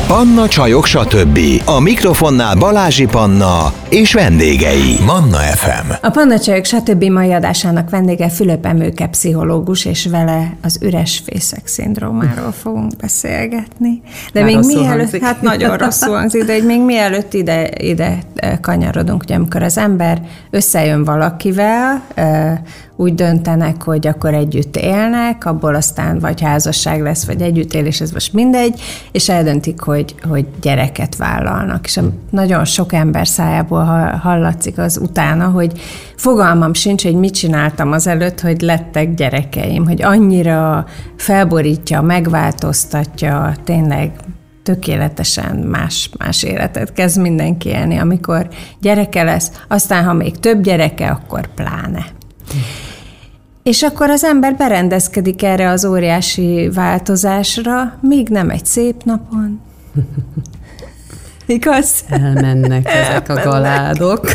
Panna Csajok, stb. A mikrofonnál Balázsi Panna és vendégei. Manna FM. A Panna Csajok, stb. Mai adásának vendége Fülöp Emőke pszichológus, és vele az üres fészek szindrómáról fogunk beszélgetni. De még mielőtt, hát nagyon rosszul hangzik, de még mielőtt ide kanyarodunk, ugye amikor az ember összejön valakivel, úgy döntenek, hogy akkor együtt élnek, abból aztán vagy házasság lesz, vagy együttélés, ez most mindegy, és eldöntik, hogy gyereket vállalnak. És nagyon sok ember szájából hallatszik az utána, hogy fogalmam sincs, hogy mit csináltam azelőtt, hogy lettek gyerekeim, hogy annyira felborítja, megváltoztatja, tényleg tökéletesen más életet kezd mindenki élni, amikor gyereke lesz, aztán ha még több gyereke, akkor pláne. És akkor az ember berendezkedik erre az óriási változásra, míg nem egy szép napon. Igaz? Elmennek ezek a galádok.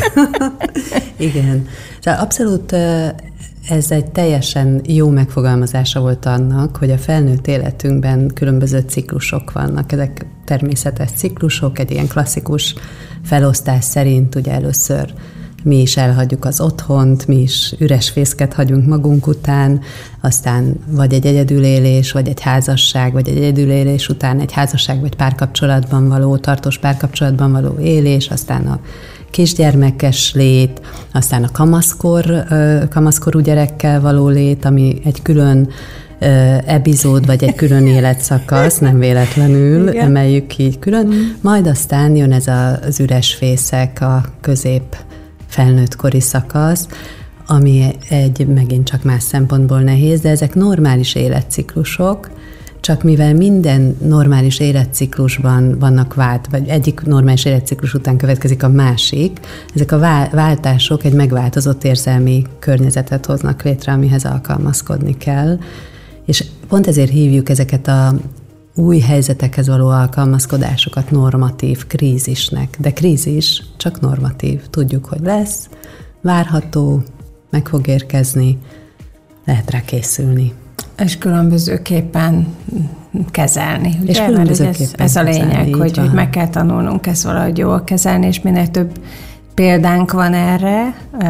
Igen. Tehát abszolút ez egy teljesen jó megfogalmazása volt annak, hogy a felnőtt életünkben különböző ciklusok vannak. Ezek természetes ciklusok, egy ilyen klasszikus felosztás szerint ugye először mi is elhagyjuk az otthont, mi is üres fészket hagyunk magunk után, aztán vagy egy egyedülélés, vagy egy házasság, vagy egy egyedülélés után egy házasság, vagy párkapcsolatban való, tartós párkapcsolatban való élés, aztán a kisgyermekes lét, aztán a kamaszkorú gyerekkel való lét, ami egy külön epizód, vagy egy külön életszakasz, nem véletlenül igen. Emeljük így külön, majd aztán jön ez az üres fészek, a közép felnőttkori szakasz, ami megint csak más szempontból nehéz, de ezek normális életciklusok, csak mivel minden normális életciklusban vannak vagy egyik normális életciklus után következik a másik, ezek a váltások egy megváltozott érzelmi környezetet hoznak létre, amihez alkalmazkodni kell, és pont ezért hívjuk ezeket a új helyzetekhez való alkalmazkodásokat normatív krízisnek. De krízis csak normatív. Tudjuk, hogy lesz, várható, meg fog érkezni, lehet rá készülni. És különbözőképpen kezelni. Ugye? És különbözőképpen ez a lényeg, hogy meg kell tanulnunk ezt valahogy jól kezelni, és minél több példánk van erre,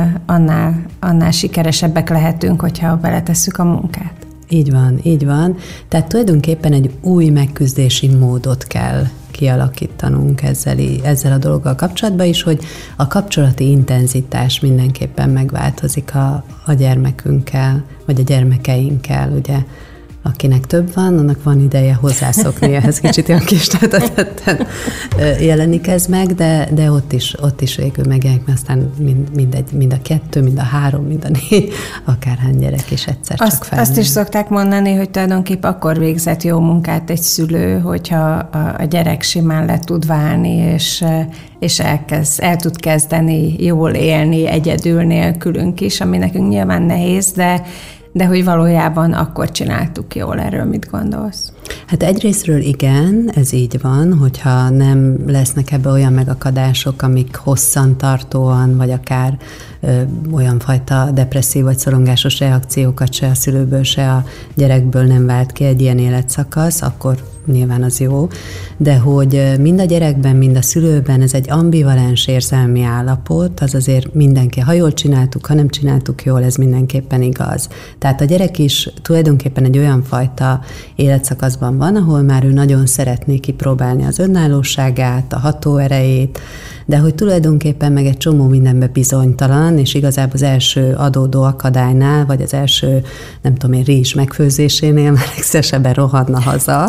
annál sikeresebbek lehetünk, hogyha beletesszük a munkát. Így van. Tehát tulajdonképpen egy új megküzdési módot kell kialakítanunk ezzel a dologgal kapcsolatban is, hogy a kapcsolati intenzitás mindenképpen megváltozik a gyermekünkkel, vagy a gyermekeinkkel, ugye. Akinek több van, annak van ideje hozzászokni ehhez, kicsit olyan késletetetten jelenik ez meg, de ott is végül megjelenik, mert aztán mind a 2, mind a 3, mind a 4, akárhány gyerek is egyszer csak felnő. Azt is szokták mondani, hogy tulajdonképp akkor végzett jó munkát egy szülő, hogyha a gyerek simán le tud válni, és el tud kezdeni jól élni egyedül nélkülünk is, ami nekünk nyilván nehéz, de hogy valójában akkor csináltuk jól. Erről mit gondolsz? Hát egyrészről igen, ez így van, hogyha nem lesznek ebbe olyan megakadások, amik hosszantartóan, vagy akár olyan fajta depresszív vagy szorongásos reakciókat se a szülőből, se a gyerekből nem vált ki egy ilyen életszakasz, akkor nyilván az jó, de hogy mind a gyerekben, mind a szülőben ez egy ambivalens érzelmi állapot, az azért mindenki, ha jól csináltuk, ha nem csináltuk jól, ez mindenképpen igaz. Tehát a gyerek is tulajdonképpen egy olyan fajta életszakaszban van, ahol már ő nagyon szeretné kipróbálni az önállóságát, a hatóerejét, de hogy tulajdonképpen meg egy csomó mindenben bizonytalan, és igazából az első adódó akadálynál, vagy az első, nem tudom én, rizs megfőzésénél már legszívesebben rohanna haza.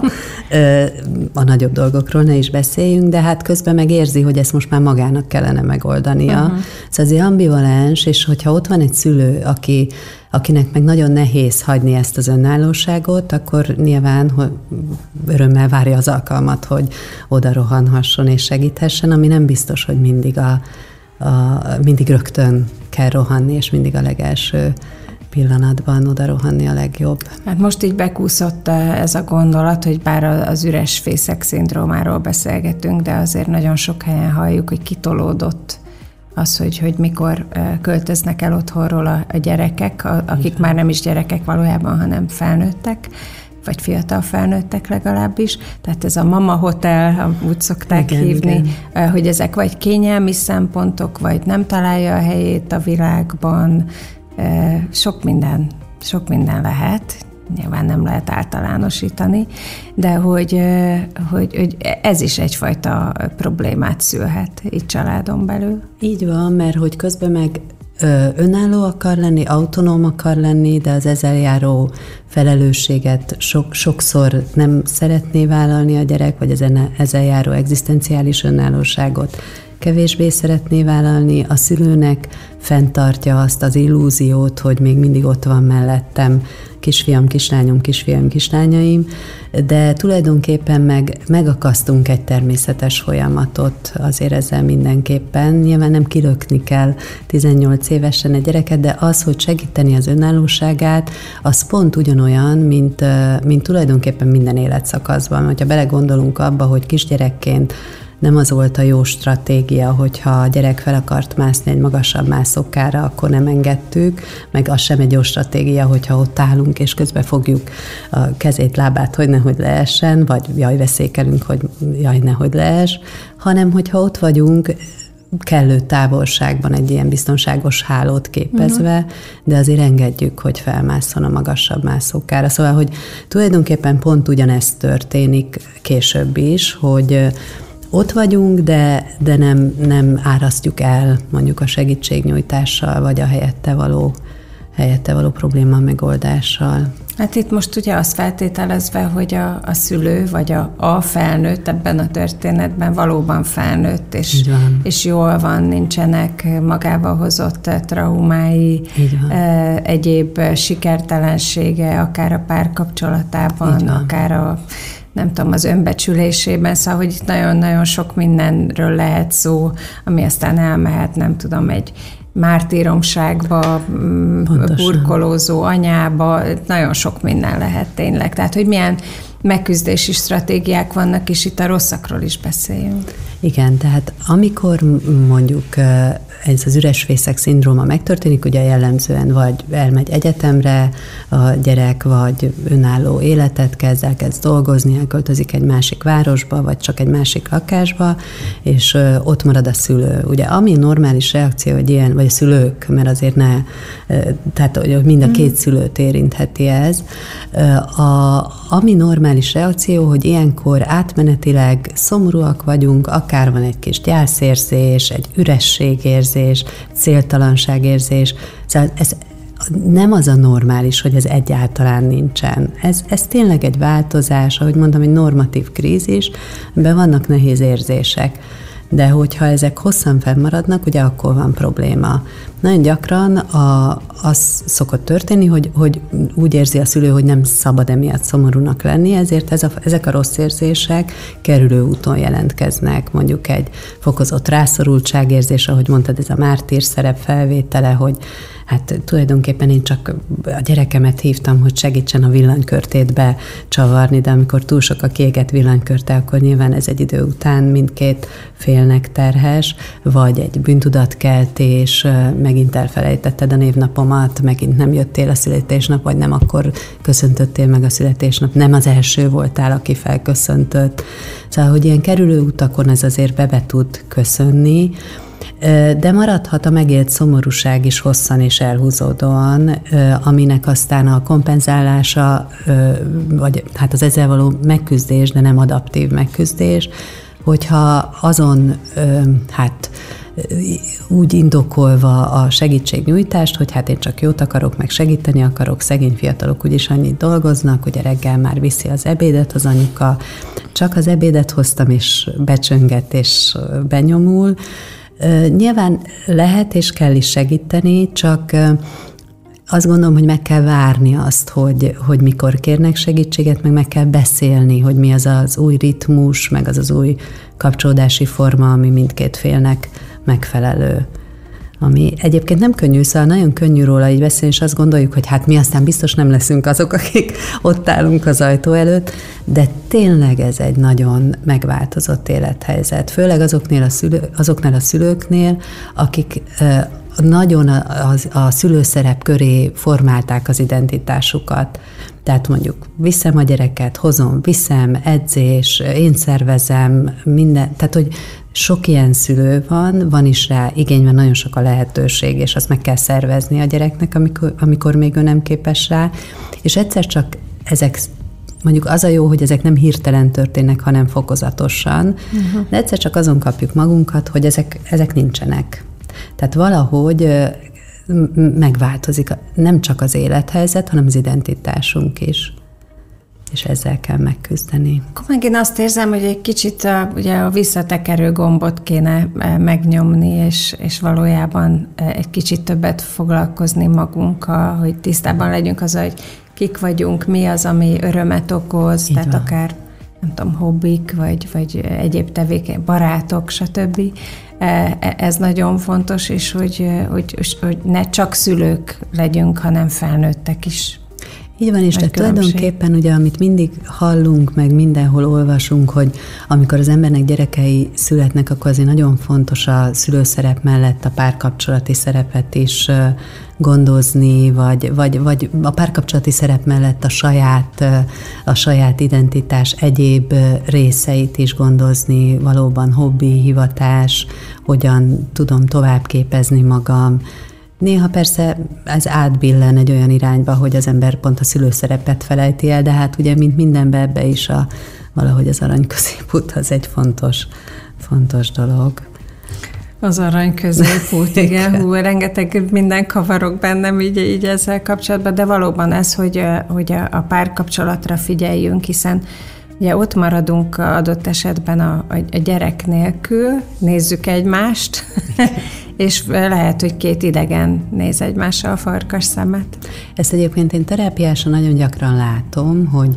A nagyobb dolgokról ne is beszéljünk, de hát közben meg érzi, hogy ezt most már magának kellene megoldania. Uh-huh. Szóval azért ambivalens, és hogyha ott van egy szülő, akinek meg nagyon nehéz hagyni ezt az önállóságot, akkor nyilván örömmel várja az alkalmat, hogy oda rohanhasson és segíthessen, ami nem biztos, hogy mindig rögtön kell rohanni, és mindig a legelső pillanatban oda rohanni a legjobb. Hát most így bekúszott ez a gondolat, hogy bár az üres fészek szindrómáról beszélgetünk, de azért nagyon sok helyen halljuk, hogy kitolódott az, hogy mikor költöznek el otthonról a gyerekek, akik már nem is gyerekek valójában, hanem felnőttek, vagy fiatal felnőttek legalábbis. Tehát ez a mama hotel, úgy szokták hívni, hogy ezek vagy kényelmi szempontok, vagy nem találja a helyét a világban. Sok minden lehet. Nyilván nem lehet általánosítani, de hogy ez is egyfajta problémát szülhet így családon belül. Így van, mert hogy közben meg önálló akar lenni, autonóm akar lenni, de az ezzel járó felelősséget sokszor nem szeretné vállalni a gyerek, vagy ezzel járó egzisztenciális önállóságot kevésbé szeretné vállalni, a szülőnek fenntartja azt az illúziót, hogy még mindig ott van mellettem kisfiam, kislányom, kisfiam, kislányaim, de tulajdonképpen megakasztunk egy természetes folyamatot azért ezzel mindenképpen. Nyilván nem kilökni kell 18 évesen egy gyereket, de az, hogy segíteni az önállóságát, az pont ugyanolyan, mint tulajdonképpen minden életszakaszban. Hogyha belegondolunk abba, hogy kisgyerekként nem az volt a jó stratégia, hogyha a gyerek fel akart mászni egy magasabb mászókára, akkor nem engedtük, meg az sem egy jó stratégia, hogyha ott állunk, és közben fogjuk a kezét, lábát, hogy nehogy leessen, vagy veszékelünk, hogy nehogy lees, hanem hogyha ott vagyunk, kellő távolságban egy ilyen biztonságos hálót képezve, de azért engedjük, hogy felmásszon a magasabb mászókára. Szóval, hogy tulajdonképpen pont ugyanezt történik később is, hogy ott vagyunk, de nem árasztjuk el mondjuk a segítségnyújtással, vagy a helyette való probléma megoldássol. Hát itt most ugye azt feltételezve, hogy a szülő, vagy a felnőtt ebben a történetben valóban felnőtt, és jól van, nincsenek magával hozott traumái, egyéb sikertelensége, akár a párkapcsolatában, akár nem tudom, az önbecsülésében, szóval, hogy itt nagyon-nagyon sok mindenről lehet szó, ami aztán elmehet, nem tudom, egy mártíromságba, burkolózó anyába, nagyon sok minden lehet tényleg. Tehát, hogy milyen megküzdési stratégiák vannak, és itt a rosszakról is beszéljünk. Igen, tehát amikor mondjuk ez az üresfészek szindróma megtörténik, ugye jellemzően vagy elmegy egyetemre a gyerek, vagy önálló életet elkezd dolgozni, elköltözik egy másik városba, vagy csak egy másik lakásba, és ott marad a szülő. Ugye ami normális reakció, hogy ilyen, vagy a szülők, mert azért tehát hogy mind a két szülőt érintheti ez, ami normális reakció, hogy ilyenkor átmenetileg szomorúak vagyunk, akár van egy kis gyászérzés, egy ürességérzés, céltalanságérzés. Szóval ez nem az a normális, hogy ez egyáltalán nincsen. Ez tényleg egy változás, ahogy mondtam, egy normatív krízis, amiben vannak nehéz érzések. De hogyha ezek hosszan fennmaradnak, ugye akkor van probléma. Nagyon gyakran az szokott történni, hogy úgy érzi a szülő, hogy nem szabad emiatt szomorúnak lenni, ezért ezek a rossz érzések kerülő úton jelentkeznek. Mondjuk egy fokozott rászorultságérzés, ahogy mondtad, ez a mártír szerep felvétele, hogy hát tulajdonképpen én csak a gyerekemet hívtam, hogy segítsen a villanykörtét becsavarni, de amikor túl sok a kiégett villanykörte, akkor nyilván ez egy idő után mindkét félnek terhes, vagy egy bűntudatkeltés, megint elfelejtetted a névnapomat, megint nem jöttél a születésnap, vagy nem akkor köszöntöttél meg a születésnap, nem az első voltál, aki felköszöntött. Szóval, hogy ilyen kerülő utakon ez azért be tud köszönni, de maradhat a megélt szomorúság is hosszan és elhúzódóan, aminek aztán a kompenzálása, vagy hát az ezzel való megküzdés, de nem adaptív megküzdés, hogyha azon úgy indokolva a segítségnyújtást, hogy hát én csak jót akarok, meg segíteni akarok, szegény fiatalok úgyis annyit dolgoznak, ugye reggel már viszi az ebédet az anyuka, csak az ebédet hoztam, és becsönget, és benyomul. Nyilván lehet és kell is segíteni, csak azt gondolom, hogy meg kell várni azt, hogy mikor kérnek segítséget, meg kell beszélni, hogy mi az az új ritmus, meg az új kapcsolódási forma, ami mindkét félnek megfelelő. Ami egyébként nem könnyű, szóval nagyon könnyű róla így beszélni, és azt gondoljuk, hogy hát mi aztán biztos nem leszünk azok, akik ott állunk az ajtó előtt, de tényleg ez egy nagyon megváltozott élethelyzet. Főleg azoknál a szülőknél, akik nagyon a szülőszerep köré formálták az identitásukat. Tehát mondjuk viszem a gyereket, viszem, edzés, én szervezem, minden, tehát hogy sok ilyen szülő van is rá igény, van, nagyon sok a lehetőség, és azt meg kell szervezni a gyereknek, amikor még ő nem képes rá, és egyszer csak ezek, mondjuk az a jó, hogy ezek nem hirtelen történnek, hanem fokozatosan, de egyszer csak azon kapjuk magunkat, hogy ezek nincsenek. Tehát valahogy megváltozik nem csak az élethelyzet, hanem az identitásunk is. És ezzel kell megküzdeni. Akkor megint azt érzem, hogy egy kicsit ugye a visszatekerő gombot kéne megnyomni, és valójában egy kicsit többet foglalkozni magunkkal, hogy tisztában legyünk azzal, hogy kik vagyunk, mi az, ami örömet okoz, tehát akár, nem tudom, hobbik, vagy egyéb tevékenység, barátok, stb. Ez nagyon fontos, és hogy ne csak szülők legyünk, hanem felnőttek is. Így van, és tehát tulajdonképpen ugye, amit mindig hallunk, meg mindenhol olvasunk, hogy amikor az embernek gyerekei születnek, akkor azért nagyon fontos a szülőszerep mellett a párkapcsolati szerepet is gondozni, vagy a párkapcsolati szerep mellett a saját identitás egyéb részeit is gondozni, valóban hobbi, hivatás, hogyan tudom tovább képezni magam. Néha persze ez átbillen egy olyan irányba, hogy az ember pont a szülőszerepet felejti el, de hát ugye, mint mindenben, ebbe is valahogy az arany középút az egy fontos dolog. Az arany középút, igen. Rengeteg minden kavarok bennem így ezzel kapcsolatban, de valóban ez, hogy a párkapcsolatra figyeljünk, hiszen ugye ott maradunk adott esetben a gyerek nélkül, nézzük egymást, és lehet, hogy két idegen néz egymással a farkas szemet. Ezt egyébként én terápiásan nagyon gyakran látom, hogy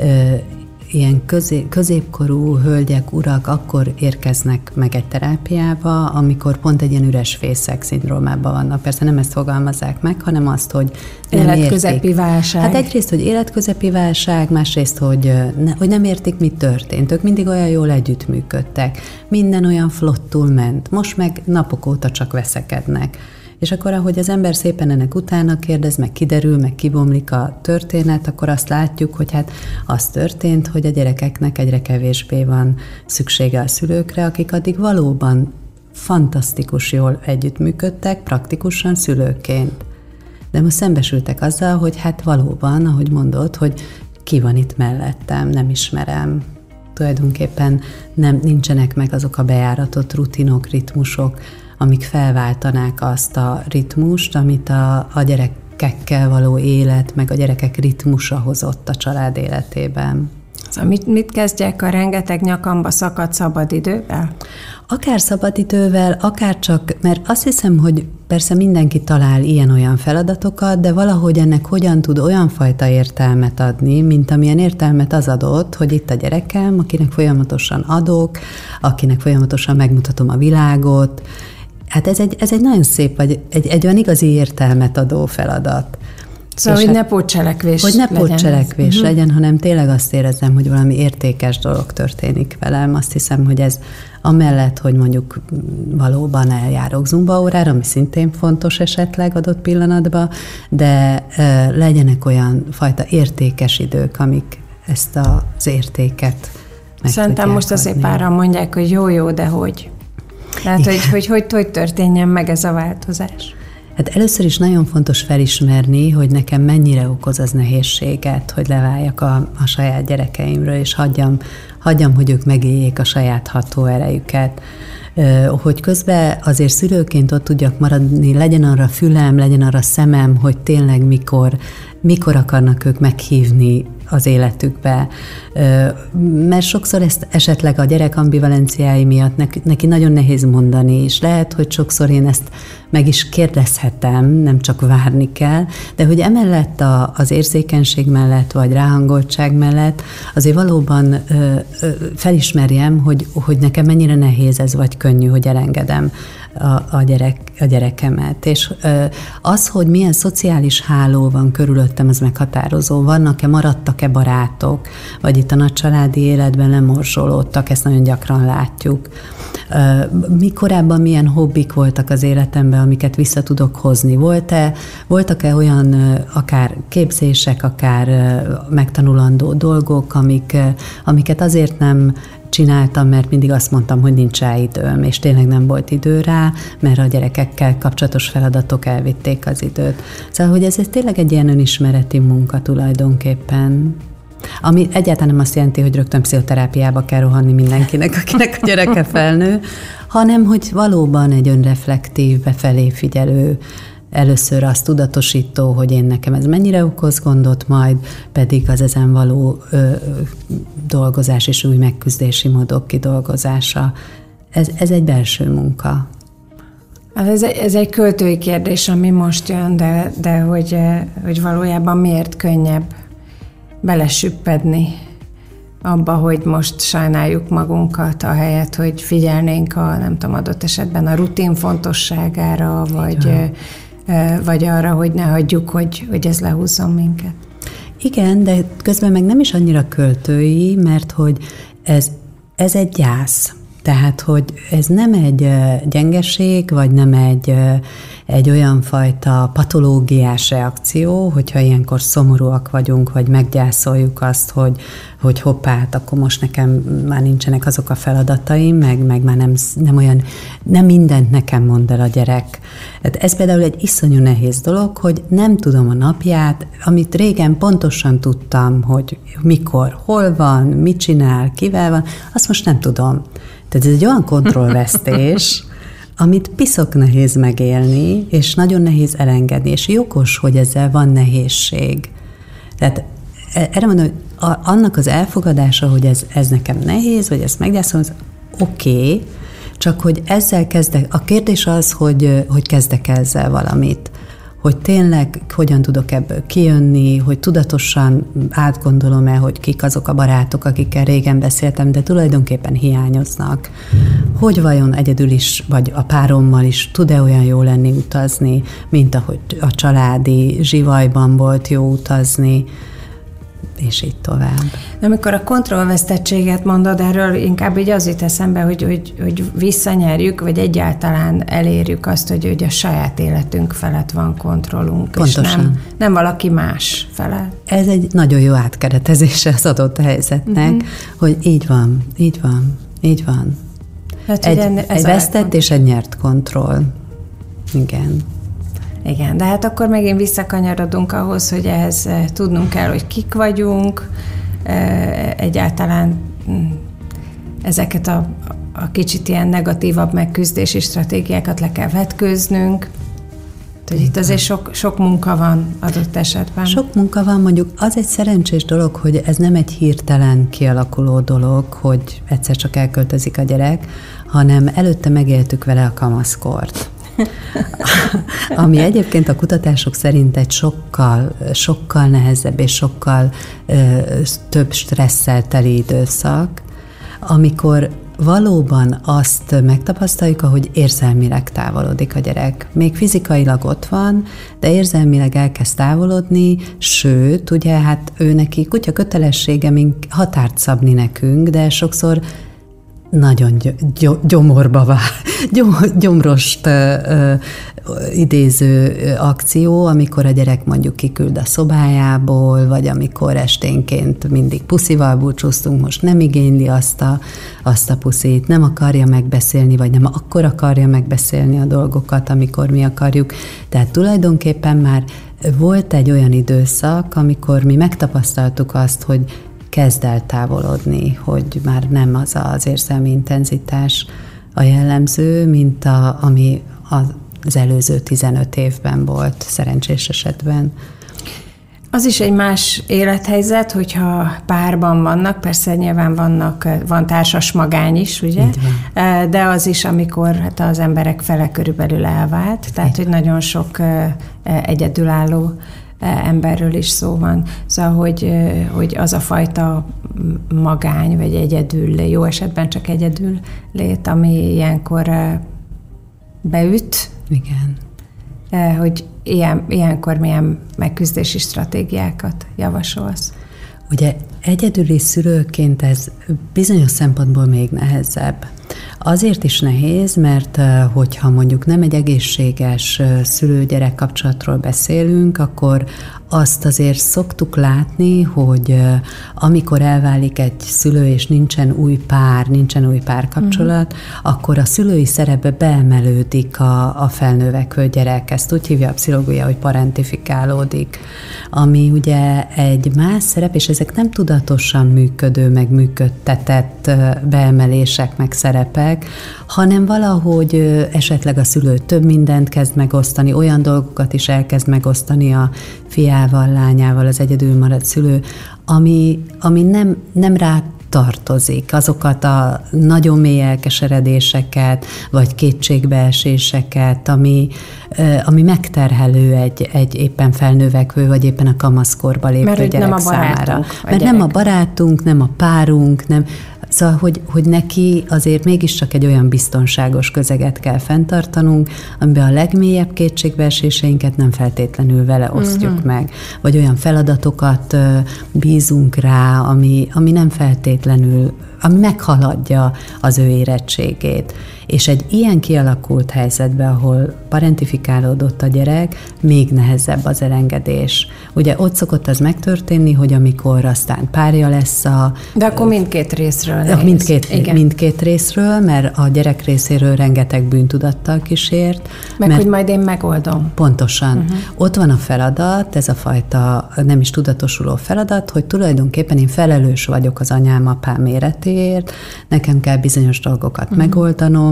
ilyen középkorú hölgyek, urak akkor érkeznek meg egy terápiába, amikor pont egy ilyen üres fészek szindrómában vannak. Persze nem ezt fogalmazzák meg, hanem azt, hogy életközepi válság. Hát egyrészt, hogy életközepi válság, másrészt, hogy nem értik, mi történt. Ők mindig olyan jól együttműködtek. Minden olyan flottul ment. Most meg napok óta csak veszekednek. És akkor, ahogy az ember szépen ennek utána kérdez, meg kiderül, meg kibomlik a történet, akkor azt látjuk, hogy hát az történt, hogy a gyerekeknek egyre kevésbé van szüksége a szülőkre, akik addig valóban fantasztikus jól együttműködtek, praktikusan szülőként. De most szembesültek azzal, hogy hát valóban, ahogy mondod, hogy ki van itt mellettem, nem ismerem. Tulajdonképpen nincsenek meg azok a bejáratott rutinok, ritmusok, amik felváltanák azt a ritmust, amit a gyerekekkel való élet, meg a gyerekek ritmusa hozott a család életében. Szóval mit kezdjek a rengeteg nyakamba szakadt szabadidővel? Akár szabadidővel, akár csak, mert azt hiszem, hogy persze mindenki talál ilyen-olyan feladatokat, de valahogy ennek hogyan tud olyan fajta értelmet adni, mint amilyen értelmet az adott, hogy itt a gyerekem, akinek folyamatosan adok, akinek folyamatosan megmutatom a világot. Hát ez egy nagyon szép, vagy egy olyan igazi értelmet adó feladat. Szóval, hogy ne pótcselekvés legyen. Hogy ne pótcselekvés legyen, hanem tényleg azt érezzem, hogy valami értékes dolog történik velem. Azt hiszem, hogy ez amellett, hogy mondjuk valóban eljárok zumbaórára, ami szintén fontos esetleg adott pillanatban, de legyenek olyan fajta értékes idők, amik ezt az értéket meg Szerintem most azért páran mondják, hogy jó, de hogy? Tehát, hogy történjen meg ez a változás? Hát először is nagyon fontos felismerni, hogy nekem mennyire okoz az nehézséget, hogy leváljak a saját gyerekeimről, és hagyjam, hogy ők megéljék a saját hatóerejüket. Hogy közben azért szülőként ott tudjak maradni, legyen arra fülem, legyen arra szemem, hogy tényleg mikor akarnak ők meghívni az életükbe. Mert sokszor ezt esetleg a gyerek ambivalenciái miatt neki nagyon nehéz mondani, és lehet, hogy sokszor én ezt meg is kérdezhetem, nem csak várni kell, de hogy emellett az érzékenység mellett, vagy ráhangoltság mellett azért valóban felismerjem, hogy nekem mennyire nehéz ez, vagy könnyű, hogy elengedem a gyerekemet. És az, hogy milyen szociális háló van körülöttem, az meghatározó. Maradtak-e barátok, vagy itt a nagycsaládi életben lemorzsolódtak, ezt nagyon gyakran látjuk. Mi korábban milyen hobbik voltak az életemben, amiket vissza tudok hozni? Voltak-e olyan akár képzések, akár megtanulandó dolgok, amiket azért nem csináltam, mert mindig azt mondtam, hogy nincs rá időm, és tényleg nem volt idő rá, mert a gyerekekkel kapcsolatos feladatok elvitték az időt. Szóval, hogy ez tényleg egy ilyen önismereti munka tulajdonképpen. Ami egyáltalán nem azt jelenti, hogy rögtön pszichoterápiába kell rohanni mindenkinek, akinek a gyereke felnő, hanem hogy valóban egy önreflektív, befelé figyelő, először azt tudatosító, hogy én nekem ez mennyire okoz gondot, majd pedig az ezen való dolgozás és új megküzdési módok kidolgozása. Ez egy belső munka. Ez egy költői kérdés, ami most jön, de hogy valójában miért könnyebb belesüppedni abba, hogy most sajnáljuk magunkat, ahelyett, hogy figyelnénk nem tudom, adott esetben a rutin fontosságára, vagy arra, hogy ne hagyjuk, hogy ez lehúzzon minket. Igen, de közben meg nem is annyira költői, mert hogy ez egy gyász. Tehát, hogy ez nem egy gyengeség, vagy nem egy olyan fajta patológiás reakció, hogyha ilyenkor szomorúak vagyunk, vagy meggyászoljuk azt, hogy hoppát, akkor most nekem már nincsenek azok a feladataim, meg már nem mindent nekem mond el a gyerek. Ez például egy iszonyú nehéz dolog, hogy nem tudom a napját, amit régen pontosan tudtam, hogy mikor, hol van, mit csinál, kivel van, azt most nem tudom. Tehát ez egy olyan kontrollvesztés, amit piszok nehéz megélni, és nagyon nehéz elengedni, és jogos, hogy ezzel van nehézség. Tehát erre mondom, hogy annak az elfogadása, hogy ez nekem nehéz, vagy ezt meggyászolom, az oké, csak hogy ezzel kezdek. A kérdés az, hogy kezdek ezzel valamit. Hogy tényleg hogyan tudok ebből kijönni, hogy tudatosan átgondolom-e, hogy kik azok a barátok, akikkel régen beszéltem, de tulajdonképpen hiányoznak. Hogy vajon egyedül is, vagy a párommal is tud-e olyan jó lenni utazni, mint ahogy a családi zsivajban volt jó utazni, és így tovább. De amikor a kontrollvesztettséget mondod, erről inkább így az jut eszembe, hogy visszanyerjük, vagy egyáltalán elérjük azt, hogy a saját életünk felett van kontrollunk, pontosan. És nem valaki más felett. Ez egy nagyon jó átkeretezése az adott helyzetnek, hogy így van. Hát, egy vesztett és egy nyert kontroll. Igen, de hát akkor megint visszakanyarodunk ahhoz, hogy ehhez tudnunk kell, hogy kik vagyunk, egyáltalán ezeket a kicsit ilyen negatívabb megküzdési stratégiákat le kell vetkőznünk. Tehát itt azért sok munka van adott esetben. Sok munka van, mondjuk az egy szerencsés dolog, hogy ez nem egy hirtelen kialakuló dolog, hogy egyszer csak elköltözik a gyerek, hanem előtte megéltük vele a kamaszkort. Ami egyébként a kutatások szerint egy sokkal nehezebb és sokkal több stresszel teli időszak, amikor valóban azt megtapasztaljuk, ahogy érzelmileg távolodik a gyerek. Még fizikailag ott van, de érzelmileg elkezd távolodni, sőt, ugye hát ő neki kutya kötelessége határt szabni nekünk, de sokszor nagyon gyomrost idéző akció, amikor a gyerek mondjuk kiküld a szobájából, vagy amikor esténként mindig puszival búcsúztunk, most nem igényli azt a puszit, nem akarja megbeszélni, vagy nem akkor akarja megbeszélni a dolgokat, amikor mi akarjuk. Tehát tulajdonképpen már volt egy olyan időszak, amikor mi megtapasztaltuk azt, hogy kezd el távolodni, hogy már nem az érzelmi intenzitás a jellemző, mint ami az előző 15 évben volt, szerencsés esetben. Az is egy más élethelyzet, hogyha párban vannak, persze nyilván van társas magány is, ugye? De az is, amikor hát az emberek fele körülbelül elvált, tehát hogy nagyon sok egyedülálló emberről is szó van. Szóval, hogy az a fajta magány, vagy egyedül, jó esetben csak egyedül lét, ami ilyenkor beüt. Igen. Hogy ilyenkor milyen megküzdési stratégiákat javasolsz? Ugye egyedüli szülőként ez bizonyos szempontból még nehezebb. Azért is nehéz, mert hogyha mondjuk nem egy egészséges szülő-gyerek kapcsolatról beszélünk, akkor azt azért szoktuk látni, hogy amikor elválik egy szülő, és nincsen új párkapcsolat, akkor a szülői szerepbe beemelődik a felnövekvő gyerek. Ezt úgy hívja a pszichológia, hogy parentifikálódik, ami ugye egy más szerep, és ezek nem tudatosan működő, meg működtetett beemelések, meg szerepek, hanem valahogy esetleg a szülő több mindent kezd megosztani, olyan dolgokat is elkezd megosztani a fiával, lányával, az egyedül maradt szülő, ami nem rá tartozik. Azokat a nagyon mély elkeseredéseket, vagy kétségbeeséseket, ami megterhelő egy éppen felnövekvő, vagy éppen a kamaszkorba lépő gyerek számára. Mert nem a barátunk, nem a párunk, nem. Szóval, hogy neki azért mégiscsak egy olyan biztonságos közeget kell fenntartanunk, amiben a legmélyebb kétségbeeséseinket nem feltétlenül vele osztjuk meg. Vagy olyan feladatokat bízunk rá, ami nem feltétlenül, ami meghaladja az ő érettségét. És egy ilyen kialakult helyzetben, ahol parentifikálódott a gyerek, még nehezebb az elengedés. Ugye ott szokott az megtörténni, hogy amikor aztán párja lesz De akkor mindkét részről nehéz. Mindkét részről, mert a gyerek részéről rengeteg bűntudattal kísért. Hogy majd én megoldom. Pontosan. Ott van a feladat, ez a fajta nem is tudatosuló feladat, hogy tulajdonképpen én felelős vagyok az anyám, apám életéért, nekem kell bizonyos dolgokat megoldanom,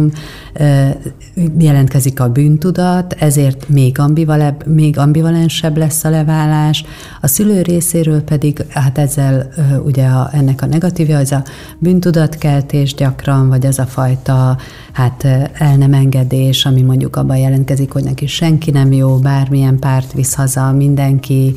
jelentkezik a bűntudat, ezért még ambivalensebb lesz a leválás. A szülő részéről pedig, hát ezzel ugye ennek a negatívja, az a bűntudatkeltés gyakran, vagy az a fajta el nem engedés, ami mondjuk abban jelentkezik, hogy neki senki nem jó, bármilyen párt visz haza, mindenki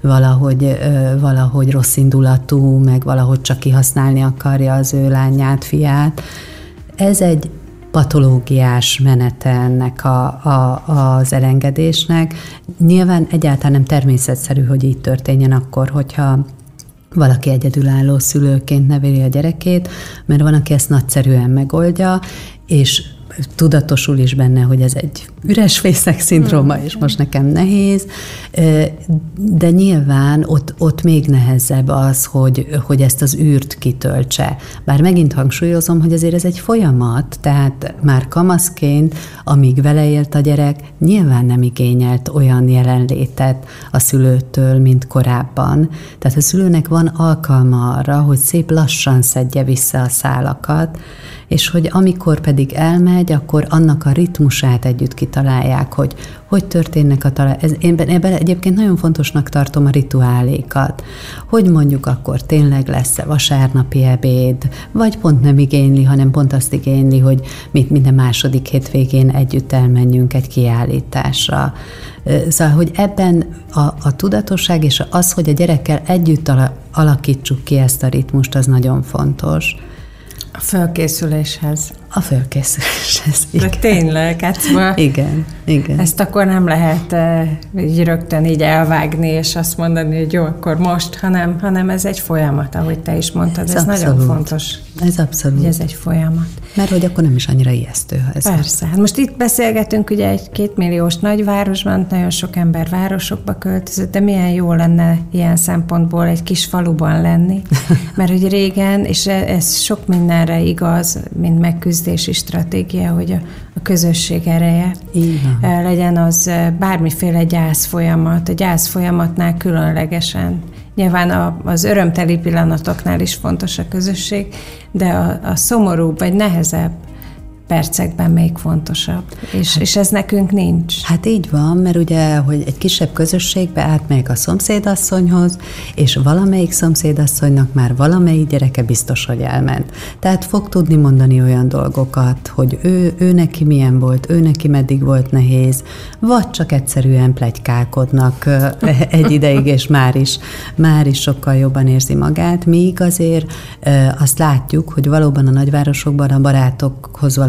valahogy rossz indulatú, meg valahogy csak kihasználni akarja az ő lányát, fiát. Ez egy patológiás menete ennek az elengedésnek. Nyilván egyáltalán nem természetszerű, hogy így történjen akkor, hogyha valaki egyedülálló szülőként neveli a gyerekét, mert van, aki ezt nagyszerűen megoldja, és tudatosul is benne, hogy ez egy üres fészek szindróma, és most nekem nehéz, de nyilván ott még nehezebb az, hogy ezt az űrt kitöltse. Bár megint hangsúlyozom, hogy azért ez egy folyamat, tehát már kamaszként, amíg vele élt a gyerek, nyilván nem igényelt olyan jelenlétet a szülőtől, mint korábban. Tehát a szülőnek van alkalma arra, hogy szép lassan szedje vissza a szálakat, és hogy amikor pedig elmegy, akkor annak a ritmusát együtt kitalálják, hogy történnek a Én ebben egyébként nagyon fontosnak tartom a rituálékat. Hogy mondjuk akkor tényleg lesz-e vasárnapi ebéd, vagy pont nem igényli, hanem pont azt igényli, hogy minden második hétvégén együtt elmenjünk egy kiállításra. Szóval, hogy ebben a tudatosság és az, hogy a gyerekkel együtt alakítsuk ki ezt a ritmust, az nagyon fontos. A fölkészüléshez. Igen. De tényleg, hát szóval igen. Ezt akkor nem lehet így rögtön így elvágni, és azt mondani, hogy jó, akkor most, hanem ez egy folyamat, ahogy te is mondtad. Ez nagyon fontos. Ez abszolút. Hogy ez egy folyamat. Mert hogy akkor nem is annyira ijesztő, ha ez. Persze. Hát most itt beszélgetünk ugye egy 2 milliós nagyvárosban, nagyon sok ember városokba költözött, de milyen jó lenne ilyen szempontból egy kis faluban lenni. Mert hogy régen, és ez sok mindenre igaz, mint megküzdési stratégia, hogy a közösség ereje legyen az bármiféle gyászfolyamat. A gyászfolyamatnál különlegesen. Nyilván az örömteli pillanatoknál is fontos a közösség, de a szomorúbb vagy nehezebb percekben még fontosabb. És ez nekünk nincs. Hát így van, mert ugye, hogy egy kisebb közösségbe átmegyek a szomszédasszonyhoz, és valamelyik szomszédasszonynak már valamelyik gyereke biztos, hogy elment. Tehát fog tudni mondani olyan dolgokat, hogy ő neki milyen volt, ő neki meddig volt nehéz, vagy csak egyszerűen pletykálkodnak egy ideig, és már is sokkal jobban érzi magát, míg azért azt látjuk, hogy valóban a nagyvárosokban a barátokhoz való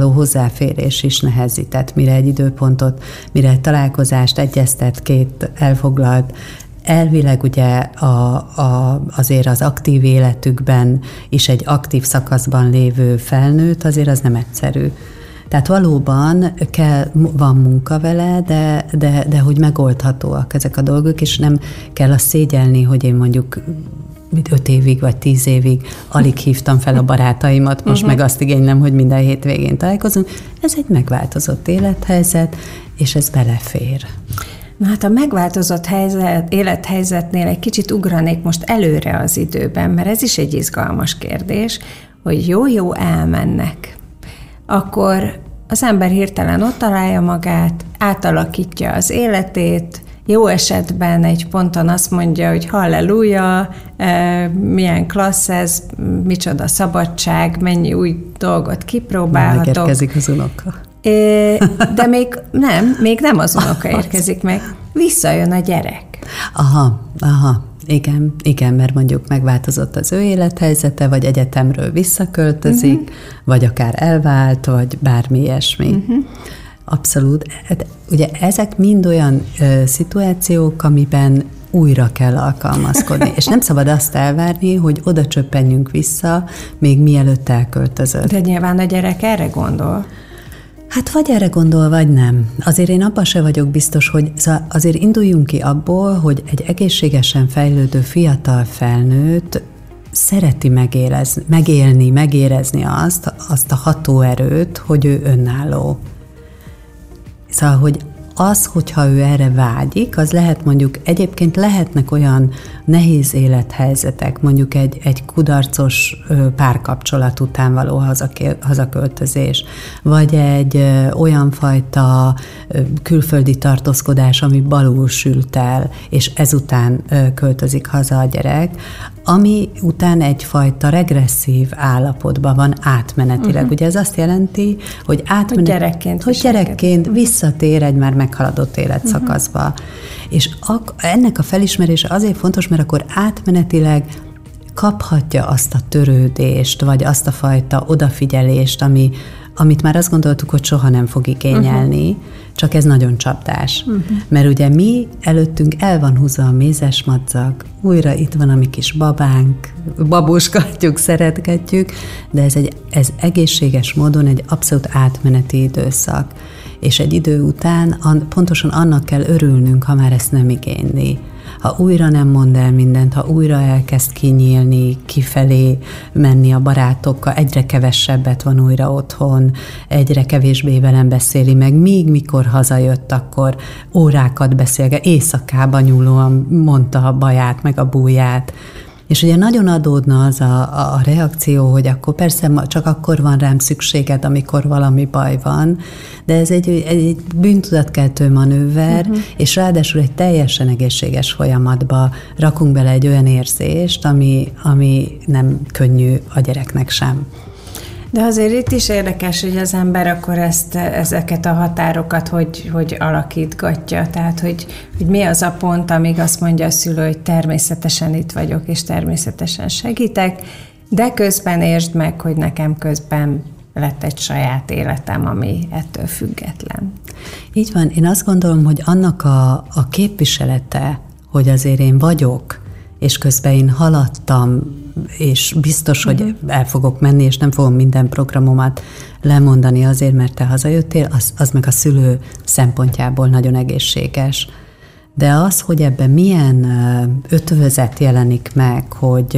való hozzáférés is nehezített, mire egy időpontot, mire egy találkozást egyeztet két elfoglalt, elvileg ugye azért az aktív életükben is egy aktív szakaszban lévő felnőtt, azért az nem egyszerű. Tehát valóban van munka vele, de hogy megoldhatóak ezek a dolgok, és nem kell azt szégyelni, hogy én mondjuk 5 évig vagy 10 évig alig hívtam fel a barátaimat, most meg azt igénylem, hogy minden hétvégén találkozunk. Ez egy megváltozott élethelyzet, és ez belefér. Na hát a megváltozott élethelyzetnél egy kicsit ugranék most előre az időben, mert ez is egy izgalmas kérdés, hogy jó elmennek. Akkor az ember hirtelen ott találja magát, átalakítja az életét, jó esetben egy ponton azt mondja, hogy halleluja, milyen klassz ez, micsoda szabadság, mennyi új dolgot kipróbálhatok. Megérkezik az unoka. De még nem az unoka érkezik meg, visszajön a gyerek. Aha, igen, mert mondjuk megváltozott az ő élethelyzete, vagy egyetemről visszaköltözik, vagy akár elvált, vagy bármi ilyesmi. Abszolút. Ugye ezek mind olyan szituációk, amiben újra kell alkalmazkodni. És nem szabad azt elvárni, hogy oda csöppenjünk vissza, még mielőtt elköltözött. De nyilván a gyerek erre gondol. Hát vagy erre gondol, vagy nem. Azért én abban se vagyok biztos, hogy azért induljunk ki abból, hogy egy egészségesen fejlődő fiatal felnőtt szereti megérezni azt a hatóerőt, hogy ő önálló. Szóval, hogy hogyha ő erre vágyik, az lehet mondjuk, egyébként lehetnek olyan nehéz élethelyzetek, mondjuk egy kudarcos párkapcsolat után való hazaköltözés, vagy egy olyan fajta külföldi tartózkodás, ami balul sült el, és ezután költözik haza a gyerek, ami után egyfajta regresszív állapotban van átmenetileg. Ugye ez azt jelenti, hogy gyerekként visszatér egy már meghaladott életszakaszba. És ennek a felismerése azért fontos, mert akkor átmenetileg kaphatja azt a törődést, vagy azt a fajta odafigyelést, amit már azt gondoltuk, hogy soha nem fog igényelni, csak ez nagyon csapdás. Mert ugye mi előttünk el van húzva a mézes madzag, újra itt van a mi kis babánk, babusgatjuk, szeretgetjük, de ez egészséges módon egy abszolút átmeneti időszak. És egy idő után pontosan annak kell örülnünk, ha már ezt nem igényli. Ha újra nem mond el mindent, ha újra elkezd kinyílni, kifelé menni a barátokkal, egyre kevesebbet van újra otthon, egyre kevésbé velem beszéli meg, míg mikor hazajött, akkor órákat beszélget, éjszakában nyúlóan mondta a baját, meg a búját. És ugye nagyon adódna az a reakció, hogy akkor persze csak akkor van rám szükséged, amikor valami baj van, de ez egy bűntudatkeltő manőver, és ráadásul egy teljesen egészséges folyamatba rakunk bele egy olyan érzést, ami nem könnyű a gyereknek sem. De azért itt is érdekes, hogy az ember akkor ezeket a határokat hogy alakítgatja. Tehát, hogy mi az a pont, amíg azt mondja a szülő, hogy természetesen itt vagyok, és természetesen segítek, de közben értsd meg, hogy nekem közben lett egy saját életem, ami ettől független. Így van. Én azt gondolom, hogy annak a képviselete, hogy azért én vagyok, és közben én haladtam, és biztos, hogy el fogok menni, és nem fogom minden programomat lemondani azért, mert te hazajöttél, az meg a szülő szempontjából nagyon egészséges. De az, hogy ebben milyen ötvözet jelenik meg,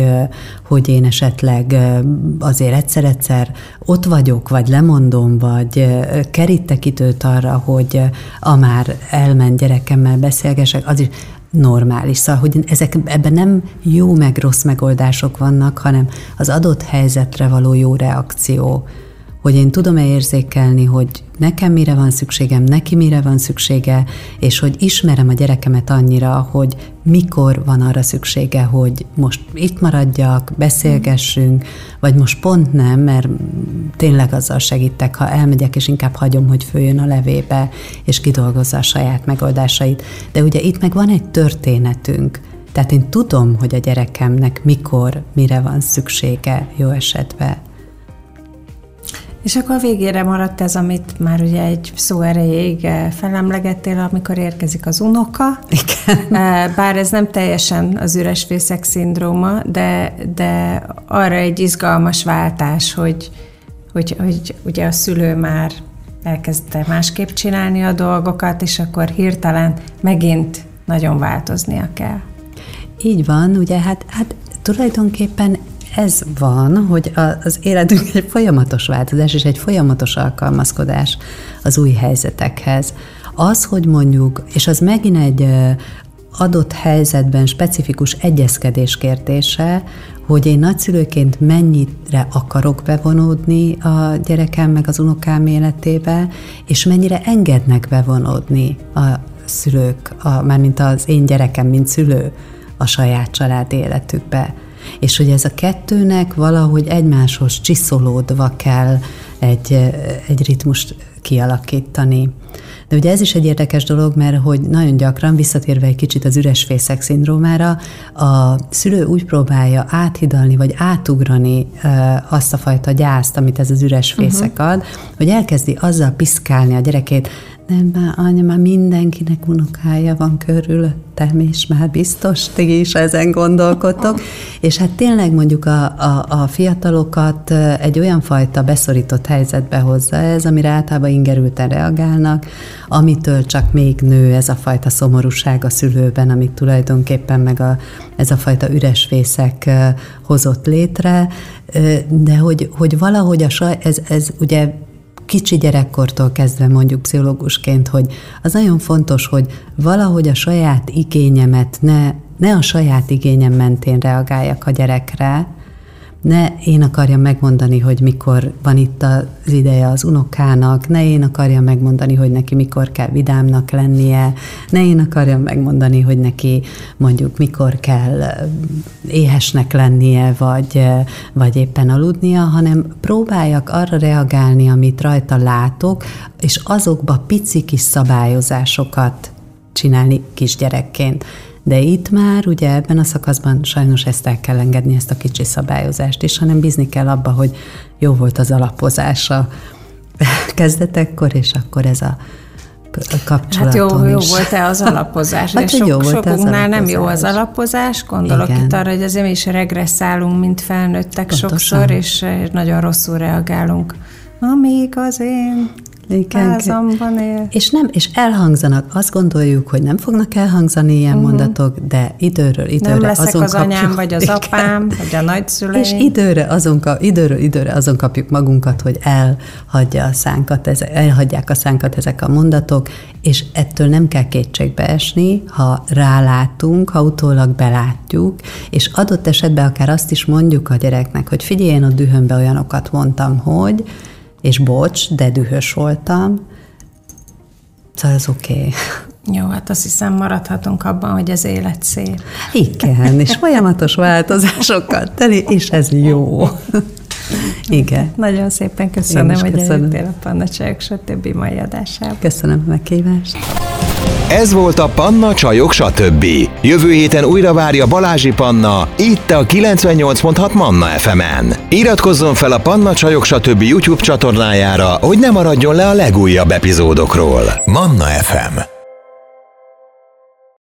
hogy én esetleg azért egyszer-egyszer ott vagyok, vagy lemondom, vagy kerítek időt arra, hogy a már elment gyerekemmel beszélgessek, az is normális. Szóval, hogy ebben nem jó meg rossz megoldások vannak, hanem az adott helyzetre való jó reakció. Hogy én tudom-e érzékelni, hogy nekem mire van szükségem, neki mire van szüksége, és hogy ismerem a gyerekemet annyira, hogy mikor van arra szüksége, hogy most itt maradjak, beszélgessünk, vagy most pont nem, mert tényleg azzal segítek, ha elmegyek, és inkább hagyom, hogy följön a levébe, és kidolgozza a saját megoldásait. De ugye itt meg van egy történetünk, tehát én tudom, hogy a gyerekemnek mikor, mire van szüksége jó esetben. És akkor a végére maradt ez, amit már ugye egy szó erejéig felemlegettél, amikor érkezik az unoka. Igen. Bár ez nem teljesen az üresfészek szindróma, de arra egy izgalmas váltás, hogy ugye a szülő már elkezdte másképp csinálni a dolgokat, és akkor hirtelen megint nagyon változnia kell. Így van, ugye hát tulajdonképpen ez van, hogy az életünk egy folyamatos változás és egy folyamatos alkalmazkodás az új helyzetekhez. Az, hogy mondjuk, és az megint egy adott helyzetben specifikus egyezkedés kérdése, hogy én nagyszülőként mennyire akarok bevonódni a gyerekem meg az unokám életébe, és mennyire engednek bevonódni a szülők, mármint az én gyerekem, mint szülő a saját család életükbe. És hogy ez a kettőnek valahogy egymáshoz csiszolódva kell egy ritmust kialakítani. De ugye ez is egy érdekes dolog, mert hogy nagyon gyakran, visszatérve egy kicsit az üresfészek szindrómára, a szülő úgy próbálja áthidalni, vagy átugrani azt a fajta gyászt, amit ez az üresfészek ad, hogy elkezdi azzal piszkálni a gyerekét, nem, anya, már mindenkinek unokája van körülöttem, és már biztos ti is ezen gondolkodtok. És hát tényleg mondjuk a fiatalokat egy olyan fajta beszorított helyzetbe hozza ez, amire általában ingerülten reagálnak, amitől csak még nő ez a fajta szomorúság a szülőben, amit tulajdonképpen meg ez a fajta üresfészek hozott létre, de hogy valahogy ez ugye kicsi gyerekkortól kezdve mondjuk pszichológusként, hogy az nagyon fontos, hogy valahogy a saját igényemet, ne a saját igényem mentén reagáljak a gyerekre, ne én akarjam megmondani, hogy mikor van itt az ideje az unokának, ne én akarjam megmondani, hogy neki mikor kell vidámnak lennie, ne én akarjam megmondani, hogy neki mondjuk mikor kell éhesnek lennie, vagy éppen aludnia, hanem próbáljak arra reagálni, amit rajta látok, és azokba pici kis szabályozásokat csinálni kisgyerekként. De itt már ugye ebben a szakaszban sajnos ezt el kell engedni, ezt a kicsi szabályozást is, hanem bízni kell abba, hogy jó volt az alapozása kezdetekkor, és akkor ez a kapcsolaton hát jó volt-e az alapozás? Hát, sokunknál nem jó az alapozás, gondolok itt arra, hogy azért mi is regresszálunk, mint felnőttek sokszor, és nagyon rosszul reagálunk. Amíg az én házamban él. És elhangzanak, azt gondoljuk, hogy nem fognak elhangzani ilyen mondatok, de időről nem leszek azon az anyám, vagy az apám, vagy a nagyszüleim. És időről azon kapjuk magunkat, hogy elhagyják a szánkat ezek a mondatok, és ettől nem kell kétségbe esni, ha rálátunk, ha utólag belátjuk, és adott esetben akár azt is mondjuk a gyereknek, hogy figyelj, én a dühömbe olyanokat mondtam, hogy és bocs, de dühös voltam, szóval ez oké. Jó, hát azt hiszem maradhatunk abban, hogy az élet szép. Igen, és folyamatos változásokkal teli, és ez jó. Igen. Nagyon szépen köszönöm, hogy eljöttél a Panna Csajok stb. Mai adásába. Köszönöm a meghívást. Ez volt a Panna Csajok stb. Jövő héten újra várja Balázsi Panna, itt a 98.6 Manna FM-en. Iratkozzon fel a Panna Csajok stb. YouTube csatornájára, hogy ne maradjon le a legújabb epizódokról. Manna FM.